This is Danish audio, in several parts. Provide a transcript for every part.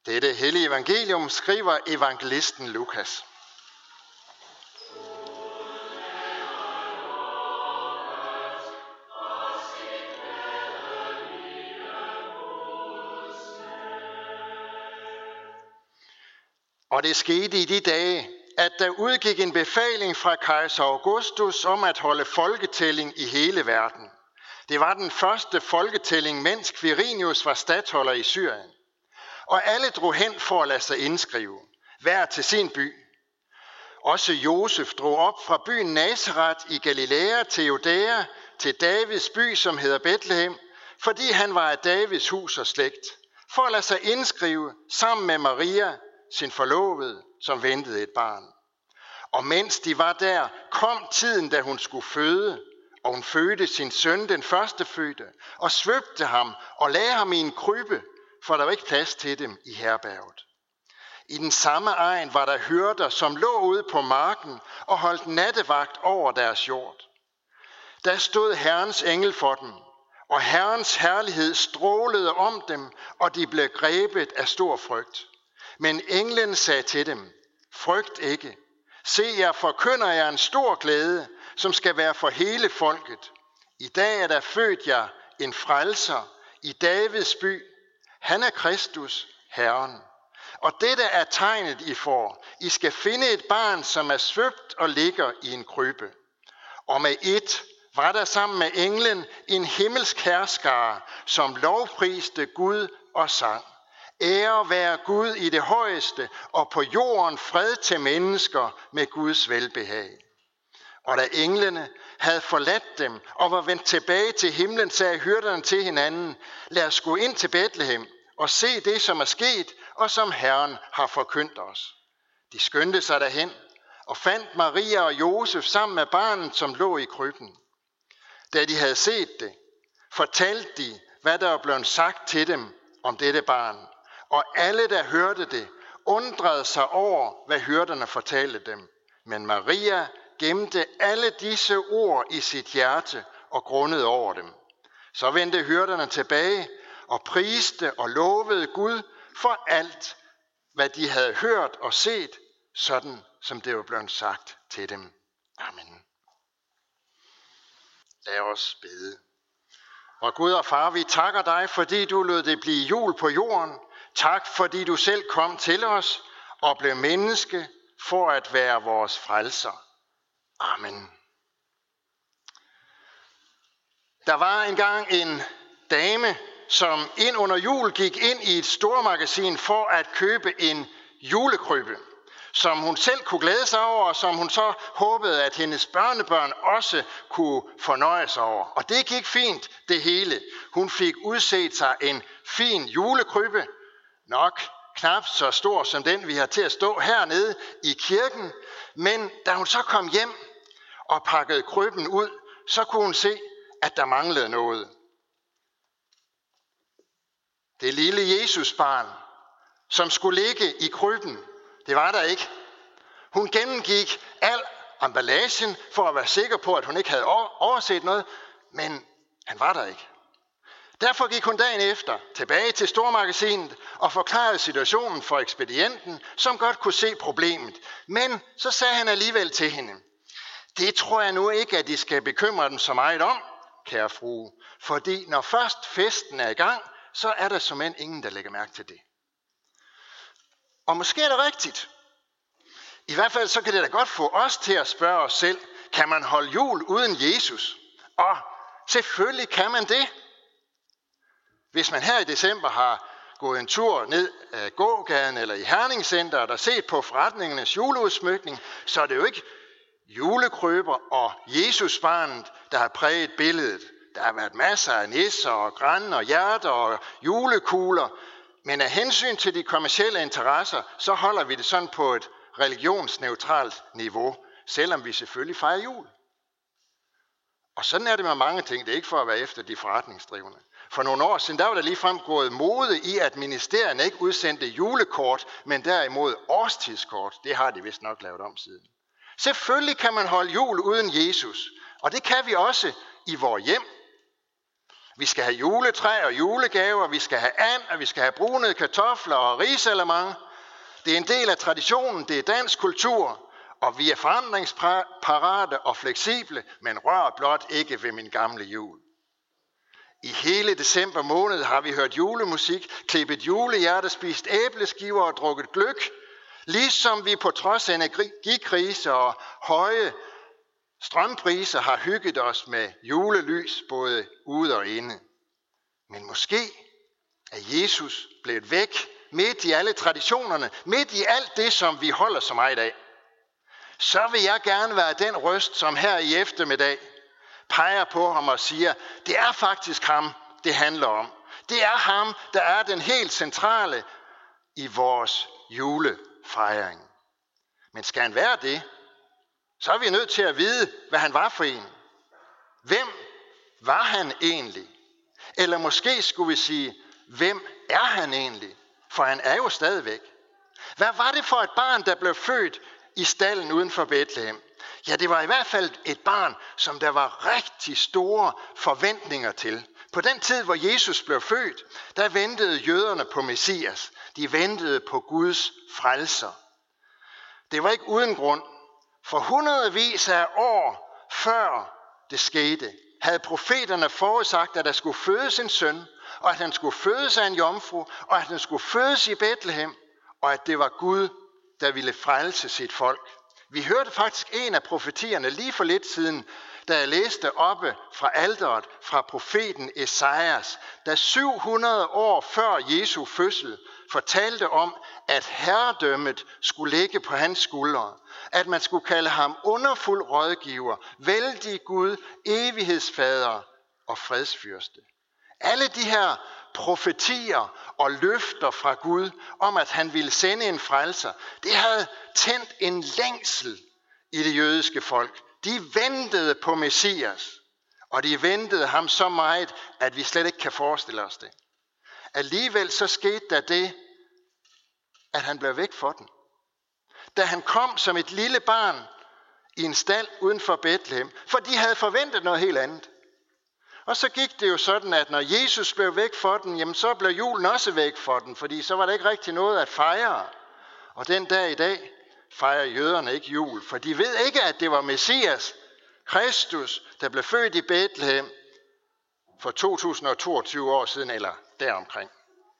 Dette hellige evangelium skriver evangelisten Lukas. Og det skete i de dage, at der udgik en befaling fra kejser Augustus om at holde folketælling i hele verden. Det var den første folketælling, mens Quirinius var statholder i Syrien. Og alle drog hen for at lade sig indskrive, hver til sin by. Også Josef drog op fra byen Nazaret i Galilea til Judæa, til Davids by, som hedder Betlehem, fordi han var af Davids hus og slægt, for at lade sig indskrive sammen med Maria, sin forlovede, som ventede et barn. Og mens de var der, kom tiden, da hun skulle føde, og hun fødte sin søn, den førstefødte, og svøbte ham og lagde ham i en krybbe, for der var ikke plads til dem i herberget. I den samme egen var der hyrder, som lå ude på marken og holdt nattevagt over deres jord. Der stod Herrens engel for dem, og Herrens herlighed strålede om dem, og de blev grebet af stor frygt. Men englen sagde til dem, frygt ikke. Se, jeg forkynder jer en stor glæde, som skal være for hele folket. I dag er der født jer en frelser i Davids by. Han er Kristus, Herren. Og dette er tegnet, I får. I skal finde et barn, som er svøbt og ligger i en krybbe. Og med et var der sammen med englen en himmelsk herskare, som lovpriste Gud og sang. Ære være Gud i det højeste, og på jorden fred til mennesker med Guds velbehag. Og da englene havde forladt dem og var vendt tilbage til himlen, sagde hyrderne til hinanden, lad os gå ind til Betlehem og se det, som er sket, og som Herren har forkyndt os. De skyndte sig derhen og fandt Maria og Josef sammen med barnet, som lå i krybben. Da de havde set det, fortalte de, hvad der var blevet sagt til dem om dette barn. Og alle, der hørte det, undrede sig over, hvad hyrderne fortalte dem. Men Maria gemte alle disse ord i sit hjerte og grundede over dem. Så vendte hyrderne tilbage og priste og lovede Gud for alt, hvad de havde hørt og set, sådan som det var blevet sagt til dem. Amen. Lad os bede. Og Gud og Far, vi takker dig, fordi du lod det blive jul på jorden. Tak, fordi du selv kom til os og blev menneske for at være vores frelser. Amen. Der var engang en dame, som ind under jul gik ind i et stormagasin for at købe en julekrybbe, som hun selv kunne glæde sig over, og som hun så håbede, at hendes børnebørn også kunne fornøje sig over. Og det gik fint, det hele. Hun fik udset sig en fin julekrybbe, nok knap så stor som den, vi har til at stå hernede i kirken. Men da hun så kom hjem og pakkede krybben ud, så kunne hun se, at der manglede noget. Det lille Jesusbarn, som skulle ligge i krybben, det var der ikke. Hun gennemgik al emballagen for at være sikker på, at hun ikke havde overset noget, men han var der ikke. Derfor gik hun dagen efter tilbage til stormagasinet og forklarede situationen for ekspedienten, som godt kunne se problemet. Men så sagde han alligevel til hende, det tror jeg nu ikke, at I skal bekymre dem så meget om, kære frue, fordi når først festen er i gang, så er der såmænd ingen, der lægger mærke til det. Og måske er det rigtigt. I hvert fald så kan det da godt få os til at spørge os selv, kan man holde jul uden Jesus? Og selvfølgelig kan man det. Hvis man her i december har gået en tur ned ad gågaden eller i Herningscenteret og set på forretningernes juleudsmykning, så er det jo ikke julekrybber og Jesusbarnet, der har præget billedet. Der har været masser af nisser og gran og hjerter og julekugler, men af hensyn til de kommercielle interesser, så holder vi det sådan på et religionsneutralt niveau, selvom vi selvfølgelig fejrer jul. Og sådan er det med mange ting. Det er ikke for at være efter de forretningsdrivende. For nogle år siden, der var der ligefrem gået mode i, at ministerierne ikke udsendte julekort, men derimod årstidskort. Det har de vist nok lavet om siden. Selvfølgelig kan man holde jul uden Jesus, og det kan vi også i vores hjem. Vi skal have juletræ og julegaver, vi skal have and, og vi skal have brunede kartofler og risalamande. Det er en del af traditionen, det er dansk kultur, og vi er forandringsparate og fleksible, men rør blot ikke ved min gamle jul. I hele december måned har vi hørt julemusik, klippet julehjerte, spist æbleskiver og drukket gløgg, ligesom vi på trods af energikrise og høje strømpriser har hygget os med julelys både ude og inde. Men måske er Jesus blevet væk midt i alle traditionerne, midt i alt det, som vi holder så meget af. Så vil jeg gerne være den røst, som her i eftermiddag peger på ham og siger, det er faktisk ham, det handler om. Det er ham, der er den helt centrale i vores julefejring. Men skal han være det, så er vi nødt til at vide, hvad han var for en. Hvem var han egentlig? Eller måske skulle vi sige, hvem er han egentlig? For han er jo stadigvæk. Hvad var det for et barn, der blev født i stalden uden for Bethlehem? Ja, det var i hvert fald et barn, som der var rigtig store forventninger til. På den tid, hvor Jesus blev født, der ventede jøderne på Messias. De ventede på Guds frelser. Det var ikke uden grund. For hundredvis af år før det skete, havde profeterne forudsagt, at der skulle fødes en søn, og at han skulle fødes af en jomfru, og at han skulle fødes i Bethlehem, og at det var Gud, der ville frelse sit folk. Vi hørte faktisk en af profetierne lige for lidt siden, da jeg læste oppe fra alteret fra profeten Esajas, der 700 år før Jesu fødsel fortalte om, at herredømmet skulle ligge på hans skuldre. At man skulle kalde ham underfuld rådgiver, vældig Gud, evighedsfader og fredsfyrste. Alle de her profetier og løfter fra Gud om, at han ville sende en frelser, det havde tændt en længsel i det jødiske folk. De ventede på Messias, og de ventede ham så meget, at vi slet ikke kan forestille os det. Alligevel så skete der det, at han blev væk for den. Da han kom som et lille barn i en stald uden for Bethlehem, for de havde forventet noget helt andet. Og så gik det jo sådan, at når Jesus blev væk for den, jamen så blev julen også væk for den, fordi så var der ikke rigtig noget at fejre. Og den dag i dag fejrer jøderne ikke jul, for de ved ikke, at det var Messias, Kristus, der blev født i Bethlehem for 2022 år siden eller deromkring.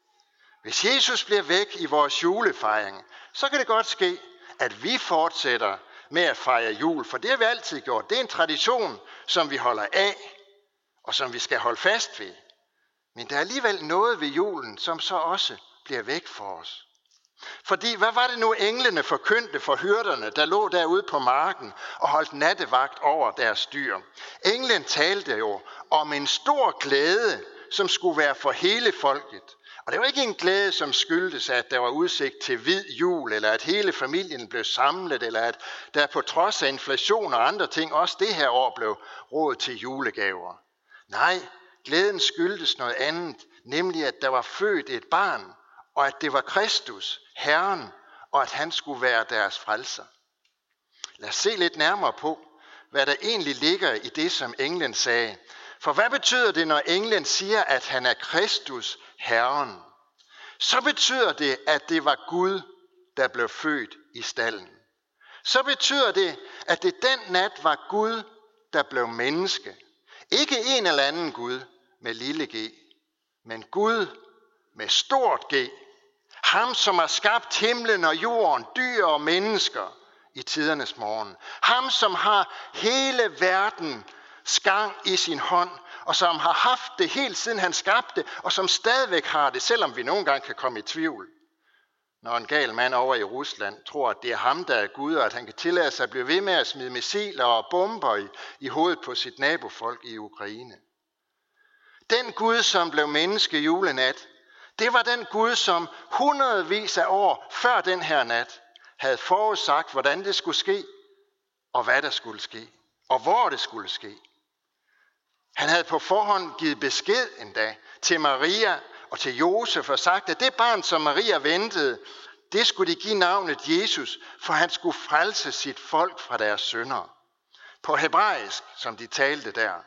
Hvis Jesus bliver væk i vores julefejring, så kan det godt ske, at vi fortsætter med at fejre jul, for det har vi altid gjort. Det er en tradition, som vi holder af, og som vi skal holde fast ved. Men der er alligevel noget ved julen, som så også bliver væk for os. Fordi, hvad var det nu englene forkyndte for hyrderne, der lå derude på marken og holdt nattevagt over deres dyr? Englen talte jo om en stor glæde, som skulle være for hele folket. Og det var ikke en glæde, som skyldtes, at der var udsigt til hvid jul, eller at hele familien blev samlet, eller at der på trods af inflation og andre ting, også det her år blev råd til julegaver. Nej, glæden skyldtes noget andet, nemlig at der var født et barn, og at det var Kristus, Herren, og at han skulle være deres frelser. Lad os se lidt nærmere på, hvad der egentlig ligger i det, som englen sagde. For hvad betyder det, når englen siger, at han er Kristus, Herren? Så betyder det, at det var Gud, der blev født i stalden. Så betyder det, at det den nat var Gud, der blev menneske. Ikke en eller anden Gud med lille g, men Gud med stort G. Ham, som har skabt himlen og jorden, dyr og mennesker i tidernes morgen. Ham, som har hele verdens gang i sin hånd, og som har haft det helt siden han skabte, og som stadigvæk har det, selvom vi nogle gange kan komme i tvivl. Når en gal mand over i Rusland tror, at det er ham, der er Gud, og at han kan tillade sig at blive ved med at smide missiler og bomber i hovedet på sit nabofolk i Ukraine. Den Gud, som blev menneske julenat, det var den Gud, som hundredvis af år før den her nat havde forudsagt, hvordan det skulle ske, og hvad der skulle ske, og hvor det skulle ske. Han havde på forhånd givet besked endda til Maria og til Josef og sagt, at det barn, som Maria ventede, det skulle de give navnet Jesus, for han skulle frelse sit folk fra deres synder. På hebraisk, som de talte der.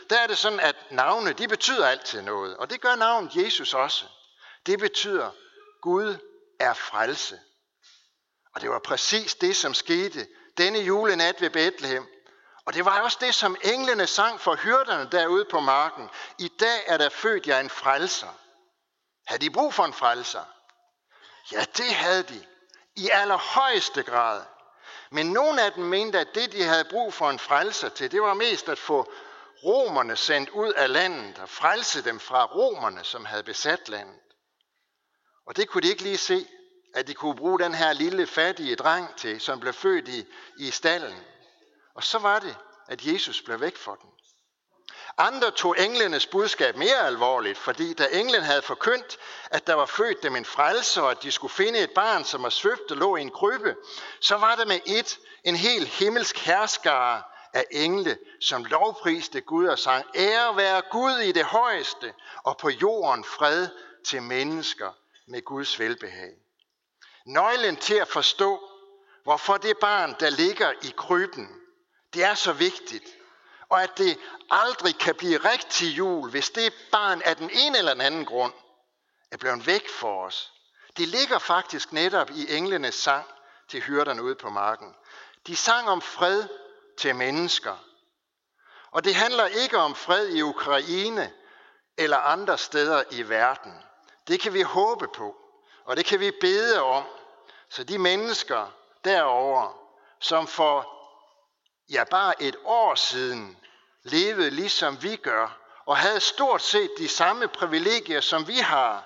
der er det sådan, at navne, de betyder altid noget. Og det gør navnet Jesus også. Det betyder, Gud er frelse. Og det var præcis det, som skete denne julenat ved Betlehem. Og det var også det, som englene sang for hyrderne derude på marken. I dag er der født jer en frelser. Havde de brug for en frelser? Ja, det havde de. I allerhøjeste grad. Men nogle af dem mente, at det, de havde brug for en frelser til, det var mest at få romerne sendt ud af landet og frelse dem fra romerne, som havde besat landet. Og det kunne de ikke lige se, at de kunne bruge den her lille fattige dreng til, som blev født i stallen. Og så var det, at Jesus blev væk for dem. Andre tog englenes budskab mere alvorligt, fordi da englen havde forkyndt, at der var født dem en frelser, og at de skulle finde et barn, som var svøbt og lå i en krybbe, så var der med en helt himmelsk herskare af engle, som lovpriste Gud og sang, ære være Gud i det højeste, og på jorden fred til mennesker med Guds velbehag. Nøglen til at forstå, hvorfor det barn, der ligger i krybben, det er så vigtigt, og at det aldrig kan blive rigtig jul, hvis det barn af den ene eller den anden grund er blevet væk for os. Det ligger faktisk netop i englenes sang til hyrderne ude på marken. De sang om fred til mennesker. Og det handler ikke om fred i Ukraine eller andre steder i verden. Det kan vi håbe på, og det kan vi bede om. Så de mennesker derovre, som for bare et år siden levede ligesom vi gør, og havde stort set de samme privilegier, som vi har,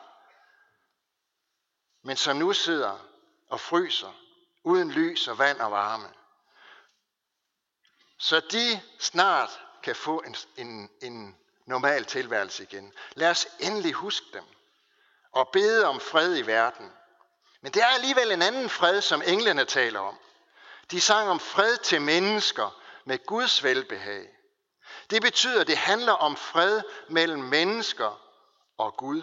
men som nu sidder og fryser, uden lys og vand og varme. Så de snart kan få en normal tilværelse igen. Lad os endelig huske dem og bede om fred i verden. Men det er alligevel en anden fred, som englene taler om. De sang om fred til mennesker med Guds velbehag. Det betyder, at det handler om fred mellem mennesker og Gud.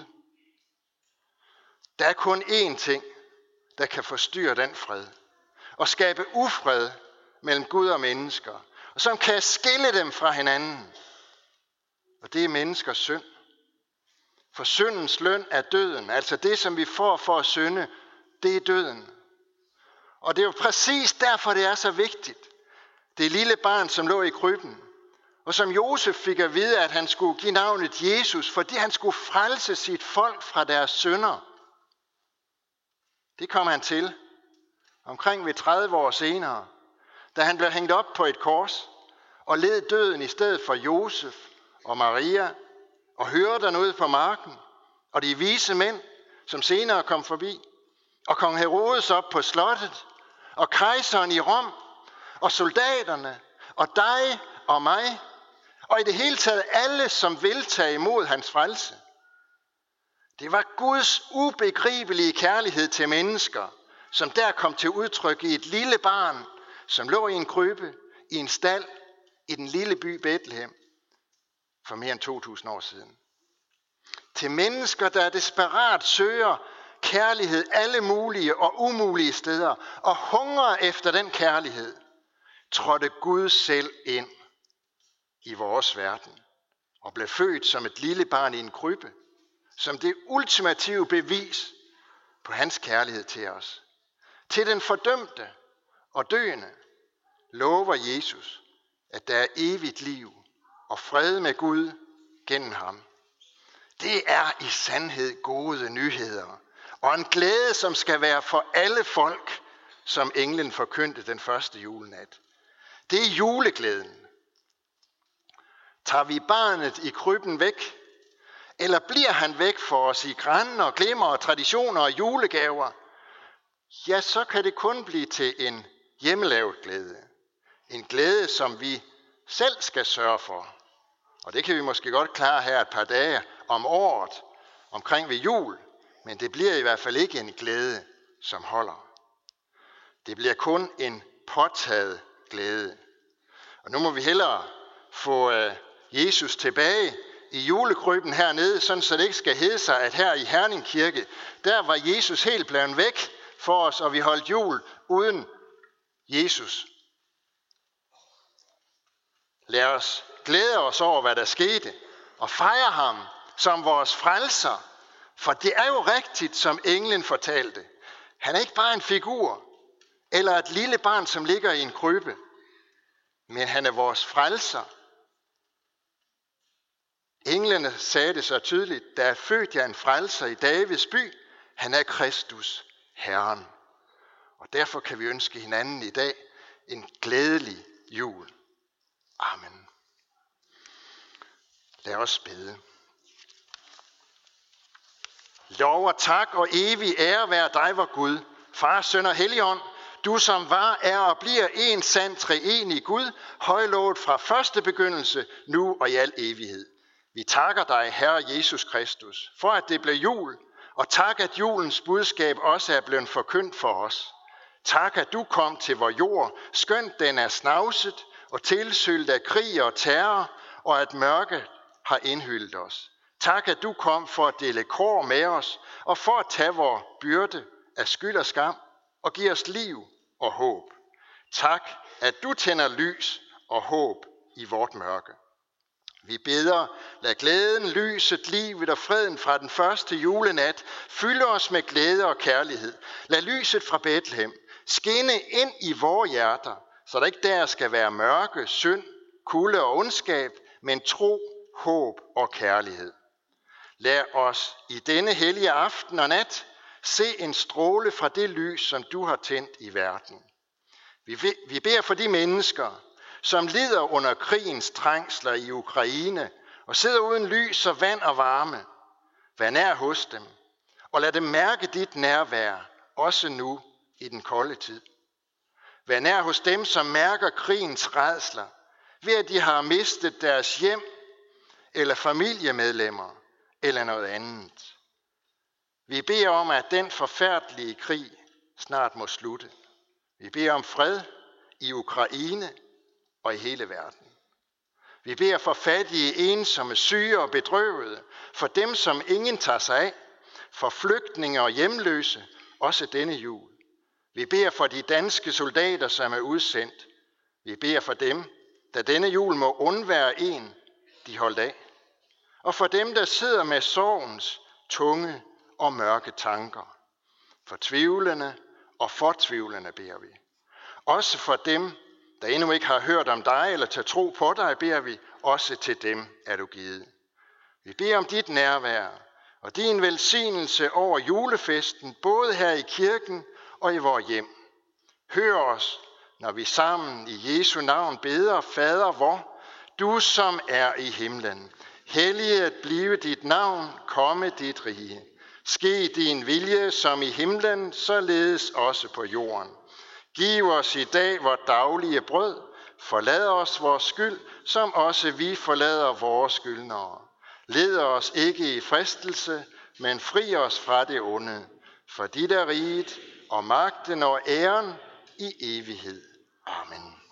Der er kun én ting, der kan forstyrre den fred og skabe ufred mellem Gud og mennesker, og som kan skille dem fra hinanden. Og det er menneskers synd. For syndens løn er døden, altså det, som vi får for at synde, det er døden. Og det er jo præcis derfor, det er så vigtigt. Det lille barn, som lå i krybben, og som Josef fik at vide, at han skulle give navnet Jesus, fordi han skulle frelse sit folk fra deres synder. Det kom han til omkring ved 30 år senere, da han blev hængt op på et kors og led døden i stedet for Josef og Maria og hyrderne ude på marken og de vise mænd, som senere kom forbi, og kong Herodes op på slottet og kejseren i Rom og soldaterne og dig og mig og i det hele taget alle, som vil tage imod hans frelse. Det var Guds ubegribelige kærlighed til mennesker, som der kom til udtryk i et lille barn, som lå i en krybbe, i en stald, i den lille by Betlehem, for mere end 2000 år siden. Til mennesker, der desperat søger kærlighed alle mulige og umulige steder, og hungrer efter den kærlighed, trådte Gud selv ind i vores verden, og blev født som et lille barn i en krybbe, som det ultimative bevis på hans kærlighed til os. Til den fordømte og døende lover Jesus, at der er evigt liv og fred med Gud gennem ham. Det er i sandhed gode nyheder, og en glæde, som skal være for alle folk, som englen forkyndte den første julenat. Det er juleglæden. Tager vi barnet i krybben væk, eller bliver han væk for os i græn og glimmer og traditioner og julegaver, ja, så kan det kun blive til en hjemmelavet glæde. En glæde, som vi selv skal sørge for. Og det kan vi måske godt klare her et par dage om året, omkring ved jul. Men det bliver i hvert fald ikke en glæde, som holder. Det bliver kun en påtaget glæde. Og nu må vi hellere få Jesus tilbage i julekrybben hernede, sådan så det ikke skal hedde sig, at her i Herning Kirke, der var Jesus helt blevet væk for os, og vi holdt jul uden Jesus. Lad os glæder os over, hvad der skete, og fejrer ham som vores frelser. For det er jo rigtigt, som englen fortalte. Han er ikke bare en figur, eller et lille barn, som ligger i en krybbe, men han er vores frelser. Englene sagde det så tydeligt, der er født jer en frelser i Davids by. Han er Kristus, Herren. Og derfor kan vi ønske hinanden i dag en glædelig jul. Amen. Lad os bede. Lov og tak og evig ære være dig, vor Gud, Far, Søn og Helligånd, du som var, er og bliver en sand treenig Gud, højlovet fra første begyndelse, nu og i al evighed. Vi takker dig, Herre Jesus Kristus, for at det blev jul, og tak, at julens budskab også er blevet forkyndt for os. Tak, at du kom til vor jord, skønt den er snavset og tilsyldt af krig og terror, og at mørket har indhyldet os. Tak, at du kom for at dele kår med os, og for at tage vor byrde af skyld og skam, og give os liv og håb. Tak, at du tænder lys og håb i vort mørke. Vi beder, lad glæden, lyset, livet og freden fra den første julenat fylde os med glæde og kærlighed. Lad lyset fra Bethlehem skinne ind i vore hjerter, så der ikke der skal være mørke, synd, kulde og ondskab, men tro, håb og kærlighed. Lad os i denne hellige aften og nat se en stråle fra det lys, som du har tændt i verden. Vi beder for de mennesker, som lider under krigens trængsler i Ukraine og sidder uden lys og vand og varme. Vær nær hos dem, og lad dem mærke dit nærvær, også nu i den kolde tid. Vær nær hos dem, som mærker krigens rædsler, ved at de har mistet deres hjem eller familiemedlemmer eller noget andet. Vi beder om, at den forfærdelige krig snart må slutte. Vi beder om fred i Ukraine og i hele verden. Vi beder for fattige, ensomme, syge og bedrøvede, for dem, som ingen tager sig af, for flygtninge og hjemløse, også denne jul. Vi beder for de danske soldater, som er udsendt. Vi beder for dem, der denne jul må undvære en, de holdt af. Og for dem, der sidder med sorgens tunge og mørke tanker. For tvivlende og fortvivlende beder vi. Også for dem, der endnu ikke har hørt om dig eller til tro på dig, beder vi, også til dem er du givet. Vi beder om dit nærvær og din velsignelse over julefesten, både her i kirken og i vores hjem. Hør os, når vi sammen i Jesu navn beder, Fader vor, du som er i himlen. Helliget blive dit navn, komme dit rige. Ske din vilje som i himlen, således også på jorden. Giv os i dag vort daglige brød. Forlad os vores skyld, som også vi forlader vores skyldnere. Led os ikke i fristelse, men fri os fra det onde. For dit er riget og magten og æren i evighed. Amen.